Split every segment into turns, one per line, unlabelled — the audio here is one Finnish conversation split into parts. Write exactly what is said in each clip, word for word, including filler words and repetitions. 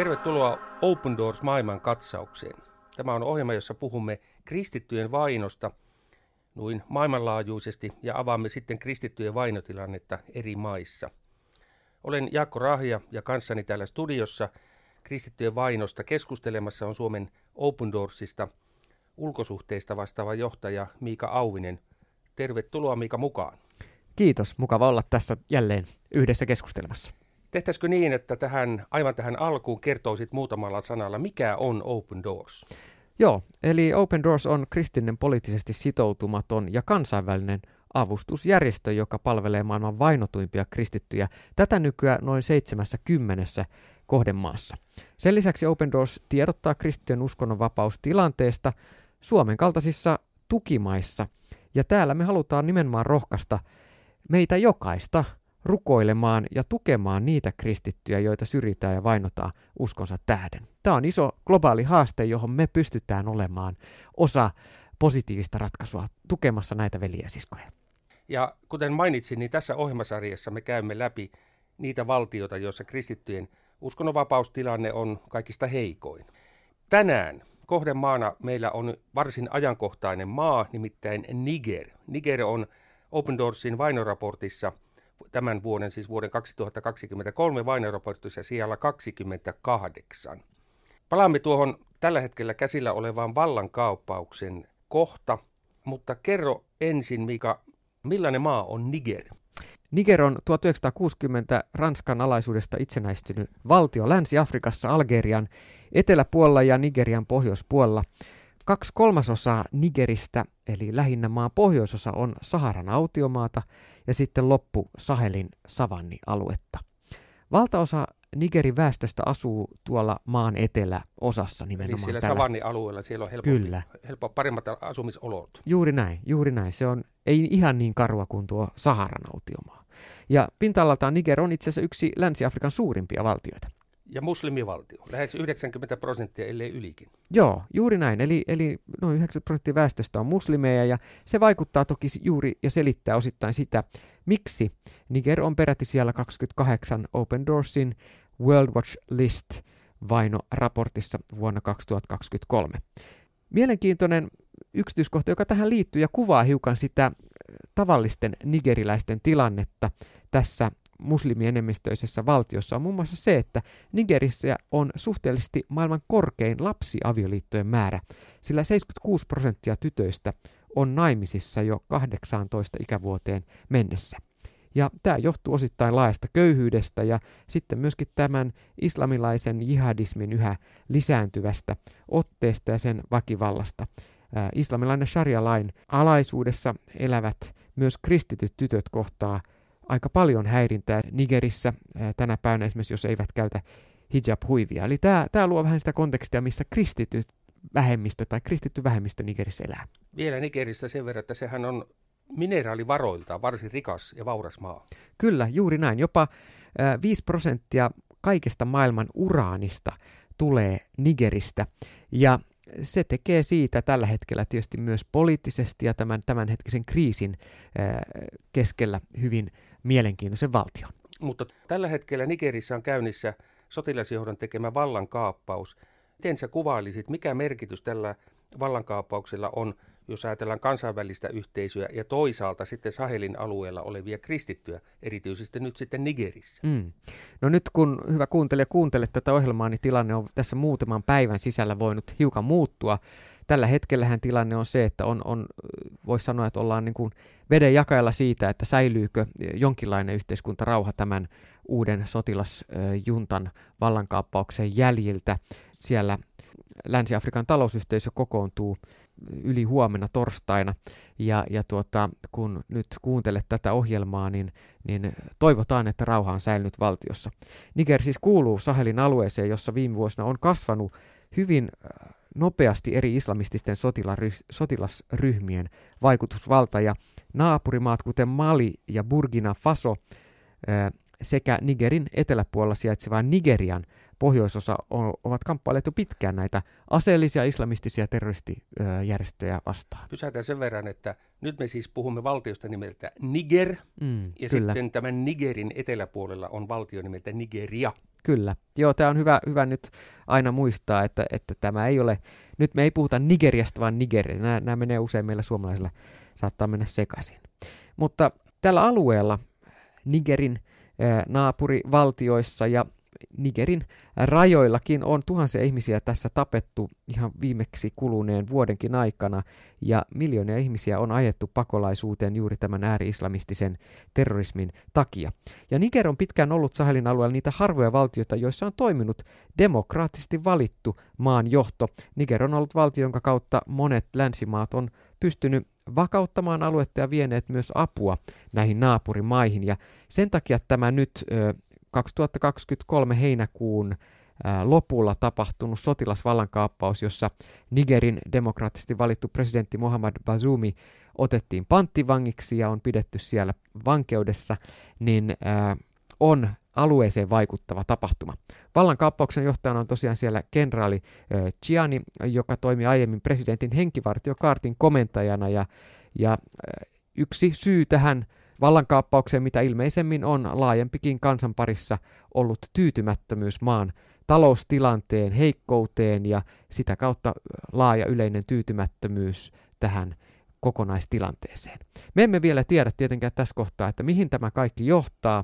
Tervetuloa Open Doors maailman katsaukseen. Tämä on ohjelma, jossa puhumme kristittyjen vainosta noin maailmanlaajuisesti ja avaamme sitten kristittyjen vainotilannetta eri maissa. Olen Jaakko Rahja ja kanssani täällä studiossa kristittyjen vainosta keskustelemassa on Suomen Open Doorsista ulkosuhteista vastaava johtaja Miika Auvinen. Tervetuloa Miika mukaan.
Kiitos, mukava olla tässä jälleen yhdessä keskustelemassa.
Tehtäisikö niin, että tähän, aivan tähän alkuun kertoisit muutamalla sanalla, mikä on Open Doors?
Joo, eli Open Doors on kristillinen poliittisesti sitoutumaton ja kansainvälinen avustusjärjestö, joka palvelee maailman vainotuimpia kristittyjä, tätä nykyään noin seitsemässä kymmenessä kohdemaassa. Sen lisäksi Open Doors tiedottaa kristittyjen uskonnonvapaustilanteesta Suomen kaltaisissa tukimaissa, ja täällä me halutaan nimenomaan rohkaista meitä jokaista rukoilemaan ja tukemaan niitä kristittyjä, joita syrjitään ja vainotaan uskonsa tähden. Tämä on iso globaali haaste, johon me pystytään olemaan osa positiivista ratkaisua tukemassa näitä veliä ja siskoja.
Ja kuten mainitsin, niin tässä ohjelmasarjassa me käymme läpi niitä valtioita, joissa kristittyjen uskonnonvapaustilanne on kaikista heikoin. Tänään kohdemaana meillä on varsin ajankohtainen maa, nimittäin Niger. Niger on Open Doorsin vainoraportissa tämän vuoden, siis vuoden kaksituhattakaksikymmentäkolme vainoraportissa siellä kaksikymmentäkahdeksan. Palaamme tuohon tällä hetkellä käsillä olevaan vallankaappauksen kohta, mutta kerro ensin, Miika, millainen maa on Niger?
Niger on tuhatyhdeksänsataakuusikymmentä Ranskan alaisuudesta itsenäistynyt valtio Länsi-Afrikassa Algerian eteläpuolella ja Nigerian pohjoispuolella. Kaksi kolmasosaa Nigeristä, eli lähinnä maan pohjoisosa, on Saharan autiomaata ja sitten loppu Sahelin savannialuetta. Valtaosa Nigerin väestöstä asuu tuolla maan eteläosassa nimenomaan.
Eli siellä
tällä
savannialueella siellä on helpompi,
Kyllä.
helppo, paremmat asumisolot.
Juuri näin, juuri näin. Se on ei ihan niin karua kuin tuo Saharan autiomaa. Ja pinta-alaltaan Niger on itse asiassa yksi Länsi-Afrikan suurimpia valtioita.
Ja muslimivaltio, lähes yhdeksänkymmentä prosenttia, ellei ylikin.
Joo, juuri näin. Eli, eli noin yhdeksänkymmentä prosenttia väestöstä on muslimeja ja se vaikuttaa toki juuri ja selittää osittain sitä, miksi Niger on peräti siellä kaksikymmentäkahdeksan Open Doorsin World Watch List vainoraportissa vuonna kaksituhattakaksikymmentäkolme. Mielenkiintoinen yksityiskohta, joka tähän liittyy ja kuvaa hiukan sitä tavallisten nigeriläisten tilannetta tässä muslimienemmistöisessä valtiossa on muun muassa se, että Nigerissä on suhteellisesti maailman korkein lapsiavioliittojen määrä, sillä seitsemänkymmentäkuusi prosenttia tytöistä on naimisissa jo kahdeksaantoista ikävuoteen mennessä. Ja tämä johtuu osittain laajasta köyhyydestä ja sitten myöskin tämän islamilaisen jihadismin yhä lisääntyvästä otteesta ja sen väkivallasta. Ää, islamilainen sharia-lain alaisuudessa elävät myös kristityt tytöt kohtaa aika paljon häirintää Nigerissä ää, tänä päivänä esimerkiksi, jos eivät käytä hijab-huivia. Eli tämä, tämä luo vähän sitä kontekstia, missä kristityt vähemmistö tai kristitty vähemmistö Nigerissä elää.
Vielä Nigeristä sen verran, että sehän on mineraalivaroiltaan varsin rikas ja vauras maa.
Kyllä, juuri näin. Jopa ää, viisi prosenttia kaikesta maailman uraanista tulee Nigeristä. Ja se tekee siitä tällä hetkellä tietysti myös poliittisesti ja tämän tämänhetkisen kriisin ää, keskellä hyvin mielenkiintoisen valtion.
Mutta tällä hetkellä Nigerissä on käynnissä sotilasjohdon tekemä vallankaappaus. Miten sä kuvailisit, mikä merkitys tällä vallankaappauksella on, jos ajatellaan kansainvälistä yhteisöä ja toisaalta sitten Sahelin alueella olevia kristittyjä, erityisesti nyt sitten Nigerissä?
Mm. No nyt kun hyvä kuuntelija kuuntelet tätä ohjelmaa, niin tilanne on tässä muutaman päivän sisällä voinut hiukan muuttua. Tällä hetkellähän tilanne on se, että on, on voisi sanoa, että ollaan niin kuin veden jakajalla siitä, että säilyykö jonkinlainen yhteiskuntarauha tämän uuden sotilasjuntan vallankaappauksen jäljiltä. Siellä Länsi-Afrikan talousyhteisö kokoontuu yli huomenna torstaina ja, ja tuota, kun nyt kuuntelet tätä ohjelmaa, niin, niin toivotaan, että rauha on säilynyt valtiossa. Niger siis kuuluu Sahelin alueeseen, jossa viime vuosina on kasvanut hyvin nopeasti eri islamististen sotilasryhmien vaikutusvalta ja naapurimaat kuten Mali ja Burkina Faso sekä Nigerin eteläpuolella sijaitseva Nigerian pohjoisosa ovat kamppailleet jo pitkään näitä aseellisia islamistisia terroristijärjestöjä vastaan.
Pysäytään sen verran, että nyt me siis puhumme valtiosta nimeltä Niger,
mm,
ja
kyllä.
sitten tämän Nigerin eteläpuolella on valtio nimeltä Nigeria.
Kyllä. Joo, tämä on hyvä, hyvä nyt aina muistaa, että, että tämä ei ole, nyt me ei puhuta Nigeriasta, vaan Nigeria. Nämä, nämä menee usein meillä suomalaisilla, saattaa mennä sekaisin. Mutta tällä alueella Nigerin ää, naapurivaltioissa ja Nigerin rajoillakin on tuhansia ihmisiä tässä tapettu ihan viimeksi kuluneen vuodenkin aikana, ja miljoonia ihmisiä on ajettu pakolaisuuteen juuri tämän ääri-islamistisen terrorismin takia. Ja Niger on pitkään ollut Sahelin alueella niitä harvoja valtioita, joissa on toiminut demokraattisesti valittu maan johto. Niger on ollut valtio, jonka kautta monet länsimaat on pystynyt vakauttamaan aluetta ja vieneet myös apua näihin naapurimaihin, ja sen takia tämä nyt ö, kaksituhattakaksikymmentäkolme heinäkuun ää, lopulla tapahtunut sotilasvallankaappaus, jossa Nigerin demokraattisesti valittu presidentti Mohamed Bazoumi otettiin panttivangiksi ja on pidetty siellä vankeudessa, niin ää, on alueeseen vaikuttava tapahtuma. Vallankaappauksen johtajana on tosiaan siellä kenraali ää, Chiani, joka toimi aiemmin presidentin henkivartiokaartin komentajana, ja, ja ää, yksi syy tähän vallankaappaukseen, mitä ilmeisemmin on laajempikin kansan parissa ollut tyytymättömyys maan taloustilanteen heikkouteen ja sitä kautta laaja yleinen tyytymättömyys tähän kokonaistilanteeseen. Me emme vielä tiedä tietenkään tässä kohtaa, että mihin tämä kaikki johtaa.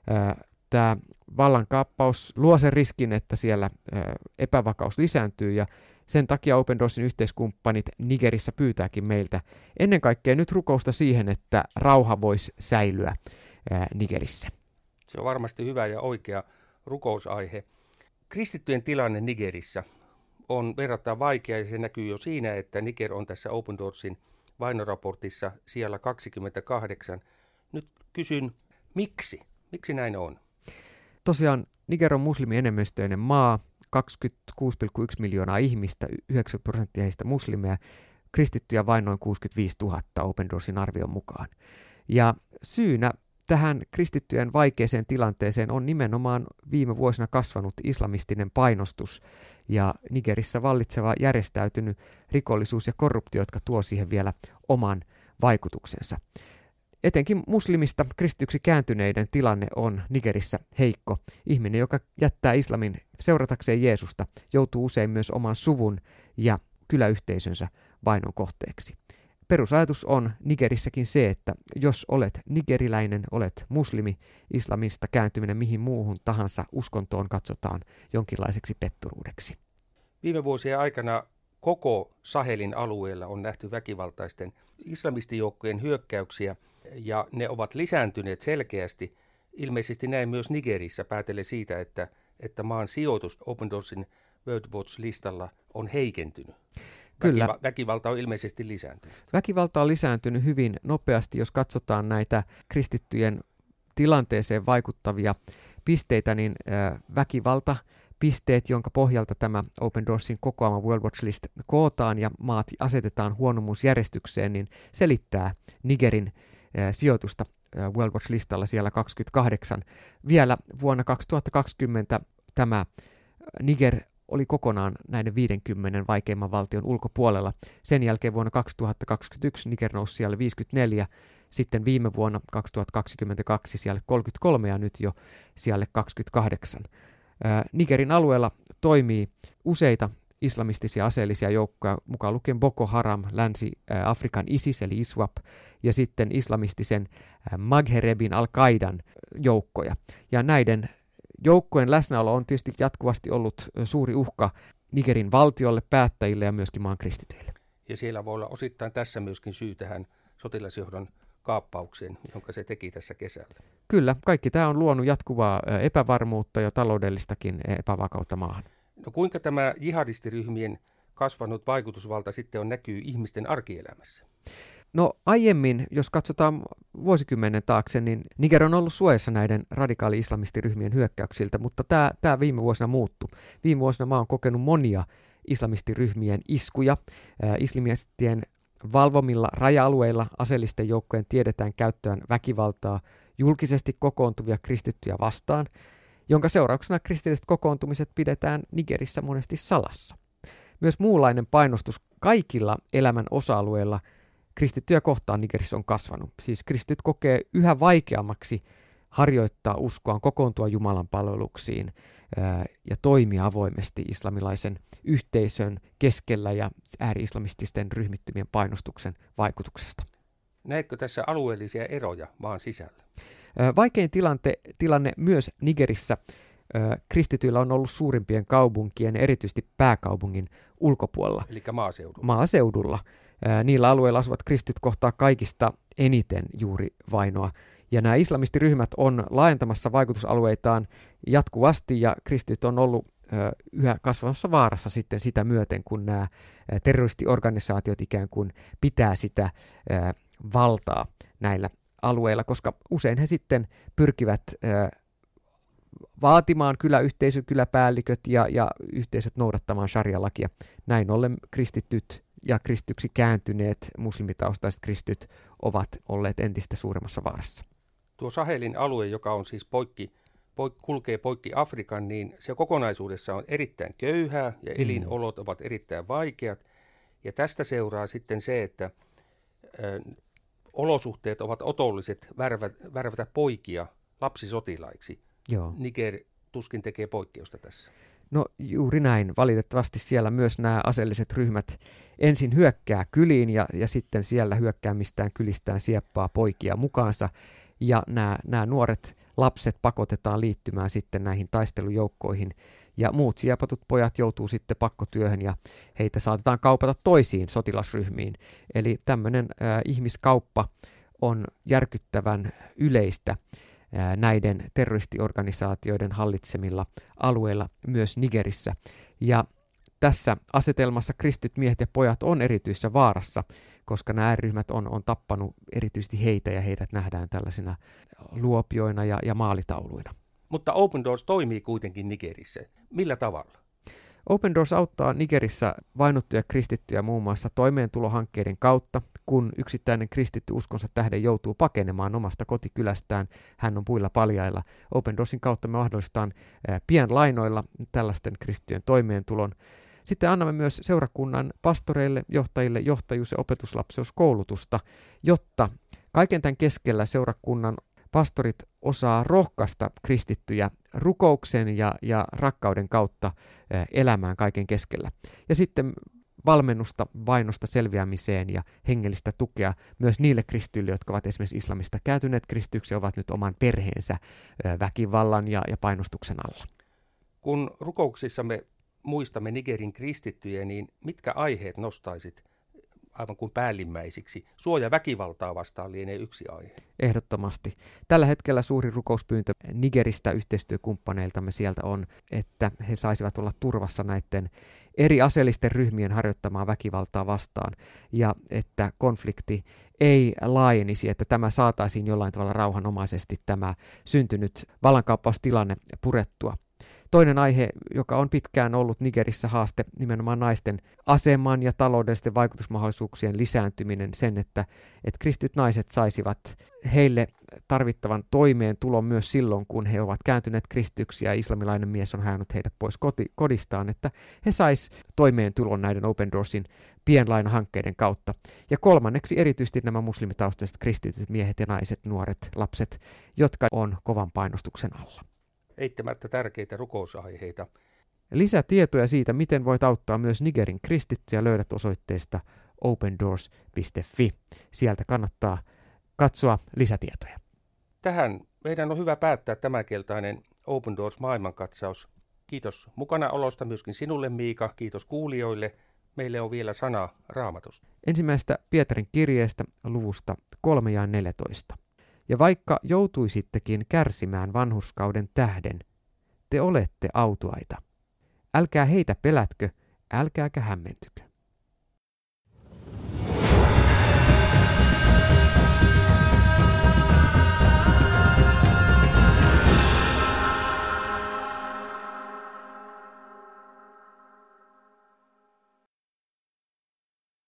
Tämä vallankaappaus luo sen riskin, että siellä epävakaus lisääntyy, ja sen takia Open Doorsin yhteiskumppanit Nigerissä pyytääkin meiltä ennen kaikkea nyt rukousta siihen, että rauha voisi säilyä ää, Nigerissä.
Se on varmasti hyvä ja oikea rukousaihe. Kristittyjen tilanne Nigerissä on verrattain vaikea, ja se näkyy jo siinä, että Niger on tässä Open Doorsin vainoraportissa siellä kaksikymmentäkahdeksan. Nyt kysyn, miksi? Miksi näin on?
Tosiaan Niger on muslimienemmistöinen maa, kaksikymmentäkuusi pilkku yksi miljoonaa ihmistä, yhdeksänkymmentä prosenttia heistä muslimeja, kristittyjä vain noin kuusikymmentäviisituhatta Open Doorsin arvion mukaan. Ja syynä tähän kristittyjen vaikeeseen tilanteeseen on nimenomaan viime vuosina kasvanut islamistinen painostus ja Nigerissä vallitseva järjestäytynyt rikollisuus ja korruptio, jotka tuo siihen vielä oman vaikutuksensa. Etenkin muslimista kristityksi kääntyneiden tilanne on Nigerissä heikko. Ihminen, joka jättää islamin seuratakseen Jeesusta, joutuu usein myös oman suvun ja kyläyhteisönsä vainon kohteeksi. Perusajatus on Nigerissäkin se, että jos olet nigeriläinen, olet muslimi, islamista kääntyminen mihin muuhun tahansa uskontoon katsotaan jonkinlaiseksi petturuudeksi.
Viime vuosien aikana koko Sahelin alueella on nähty väkivaltaisten islamistijoukkojen hyökkäyksiä, ja ne ovat lisääntyneet selkeästi. Ilmeisesti näin myös Nigerissä päätellen siitä, että, että maan sijoitus Open Doorsin World Watch-listalla on heikentynyt.
Kyllä.
Väkiva- väkivalta on ilmeisesti lisääntynyt.
Väkivalta on lisääntynyt hyvin nopeasti, jos katsotaan näitä kristittyjen tilanteeseen vaikuttavia pisteitä, niin äh, väkivalta pisteet, jonka pohjalta tämä Open Doorsin kokoama World Watch List kootaan ja maat asetetaan huonommuusjärjestykseen, niin selittää Nigerin äh, sijoitusta äh, World Watch Listalla siellä kaksikymmentäkahdeksan. Vielä vuonna kaksituhattakaksikymmentä tämä Niger oli kokonaan näiden viidenkymmenen vaikeimman valtion ulkopuolella. Sen jälkeen vuonna kaksituhattakaksikymmentäyksi Niger nousi siellä viisikymmentäneljä, sitten viime vuonna kaksituhattakaksikymmentäkaksi siellä kolmekymmentäkolme ja nyt jo siellä kaksikymmentäkahdeksan. Nigerin alueella toimii useita islamistisia aseellisia joukkoja, mukaan lukien Boko Haram, Länsi-Afrikan ISIS eli ISWAP ja sitten islamistisen Maghrebin Al-Qaidan joukkoja. Ja näiden joukkojen läsnäolo on tietysti jatkuvasti ollut suuri uhka Nigerin valtiolle, päättäjille ja myöskin maan kristityille.
Ja siellä voi olla osittain tässä myöskin syy tähän sotilasjohdon kaappaukseen, jonka se teki tässä kesällä.
Kyllä, kaikki tämä on luonut jatkuvaa epävarmuutta ja taloudellistakin epävakautta maahan.
No kuinka tämä jihadistiryhmien kasvanut vaikutusvalta sitten on näkyy ihmisten arkielämässä?
No aiemmin, jos katsotaan vuosikymmenen taakse, niin Niger on ollut suojassa näiden radikaali-islamistiryhmien hyökkäyksiltä, mutta tämä, tämä viime vuosina muuttui. Viime vuosina maa on kokenut monia islamistiryhmien iskuja. Äh, islamistien valvomilla raja-alueilla aseellisten joukkojen tiedetään käyttöön väkivaltaa julkisesti kokoontuvia kristittyjä vastaan, jonka seurauksena kristilliset kokoontumiset pidetään Nigerissä monesti salassa. Myös muunlainen painostus kaikilla elämän osa-alueilla kristittyjä kohtaan Nigerissä on kasvanut. Siis kristityt kokee yhä vaikeammaksi harjoittaa uskoaan, kokoontua Jumalan palveluksiin ja toimia avoimesti islamilaisen yhteisön keskellä ja ääri-islamististen ryhmittymien painostuksen vaikutuksesta.
Näetkö tässä alueellisia eroja maan sisällä?
Vaikein tilante, tilanne myös Nigerissä. Kristityillä on ollut suurimpien kaupunkien, erityisesti pääkaupungin ulkopuolella.
Eli maaseudulla.
Maaseudulla. Niillä alueilla asuvat kristityt kohtaa kaikista eniten juuri vainoa. Ja nämä islamistiryhmät on laajentamassa vaikutusalueitaan jatkuvasti, ja kristityt on ollut yhä kasvavassa vaarassa sitten sitä myöten, kun nämä terroristiorganisaatiot ikään kuin pitää sitä valtaa näillä alueilla, koska usein he sitten pyrkivät vaatimaan kyläyhteisö, kyläpäälliköt ja, ja yhteisöt noudattamaan sharia-lakia. Näin ollen kristityt ja kristyksi kääntyneet muslimitaustaiset kristyt ovat olleet entistä suuremmassa vaarassa.
Tuo Sahelin alue, joka on siis poikki, poik, kulkee poikki Afrikan, niin se kokonaisuudessa on erittäin köyhää ja elinolot mm. ovat erittäin vaikeat. Ja tästä seuraa sitten se, että ö, olosuhteet ovat otolliset värvä, värvätä poikia lapsisotilaiksi. Joo. Niger tuskin tekee poikkeusta tässä.
No juuri näin. Valitettavasti siellä myös nämä aseelliset ryhmät ensin hyökkää kyliin ja, ja sitten siellä hyökkäämistään kylistään sieppaa poikia mukaansa. Ja nämä, nämä nuoret lapset pakotetaan liittymään sitten näihin taistelujoukkoihin. Ja muut siepatut pojat joutuu sitten pakkotyöhön ja heitä saatetaan kaupata toisiin sotilasryhmiin. Eli tämmöinen äh, ihmiskauppa on järkyttävän yleistä äh, näiden terroristiorganisaatioiden hallitsemilla alueilla myös Nigerissä. Ja tässä asetelmassa kristityt miehet ja pojat on erityisessä vaarassa, koska nämä ääriryhmät on, on tappanut erityisesti heitä ja heidät nähdään tällaisina luopioina ja, ja maalitauluina.
Mutta Open Doors toimii kuitenkin Nigerissä. Millä tavalla?
Open Doors auttaa Nigerissä vainottuja kristittyjä muun muassa toimeentulohankkeiden kautta, kun yksittäinen kristitty uskonsa tähden joutuu pakenemaan omasta kotikylästään, hän on puilla paljailla. Open Doorsin kautta me mahdollistetaan pienlainoilla tällaisten kristittyjen toimeentulon. Sitten annamme myös seurakunnan pastoreille, johtajille johtajuus- ja opetuslapseuskoulutusta, jotta kaiken tämän keskellä seurakunnan pastorit osaa rohkaista kristittyjä rukouksen ja, ja rakkauden kautta elämään kaiken keskellä. Ja sitten valmennusta vainosta selviämiseen ja hengellistä tukea myös niille kristityille, jotka ovat esimerkiksi islamista kääntyneet kristityksi ja ovat nyt oman perheensä väkivallan ja, ja painostuksen alla.
Kun rukouksissamme muistamme Nigerin kristittyjä, niin mitkä aiheet nostaisit aivan kuin päällimmäisiksi? Suoja väkivaltaa vastaan lienee yksi aihe.
Ehdottomasti. Tällä hetkellä suuri rukouspyyntö Nigeristä yhteistyökumppaneiltamme sieltä on, että he saisivat olla turvassa näiden eri aseellisten ryhmien harjoittamaa väkivaltaa vastaan ja että konflikti ei laajenisi, että tämä saataisiin jollain tavalla rauhanomaisesti tämä syntynyt vallankaappaustilanne purettua. Toinen aihe, joka on pitkään ollut Nigerissä haaste, nimenomaan naisten aseman ja taloudellisten vaikutusmahdollisuuksien lisääntyminen, sen, että, että kristityt naiset saisivat heille tarvittavan toimeentulon myös silloin, kun he ovat kääntyneet kristityksi ja islamilainen mies on hajannut heidät pois koti, kodistaan, että he sais toimeentulon näiden Open Doorsin pienlainahankkeiden kautta. Ja kolmanneksi erityisesti nämä muslimitaustaiset kristityt miehet ja naiset, nuoret lapset, jotka on kovan painostuksen alla.
Eittämättä tärkeitä rukousaiheita.
Lisätietoja siitä, miten voit auttaa myös Nigerin kristittyjä, löydät osoitteesta open doors piste f i. Sieltä kannattaa katsoa lisätietoja.
Tähän meidän on hyvä päättää tämänkeltainen Open Doors maailmankatsaus. Kiitos mukanaolosta myöskin sinulle, Miika. Kiitos kuulijoille. Meille on vielä sana Raamatusta.
Ensimmäisestä Pietarin kirjeestä luvusta kolme ja neljätoista. Ja vaikka joutuisittekin kärsimään vanhurskauden tähden, te olette autuaita. Älkää heitä pelätkö, älkääkä hämmentykö.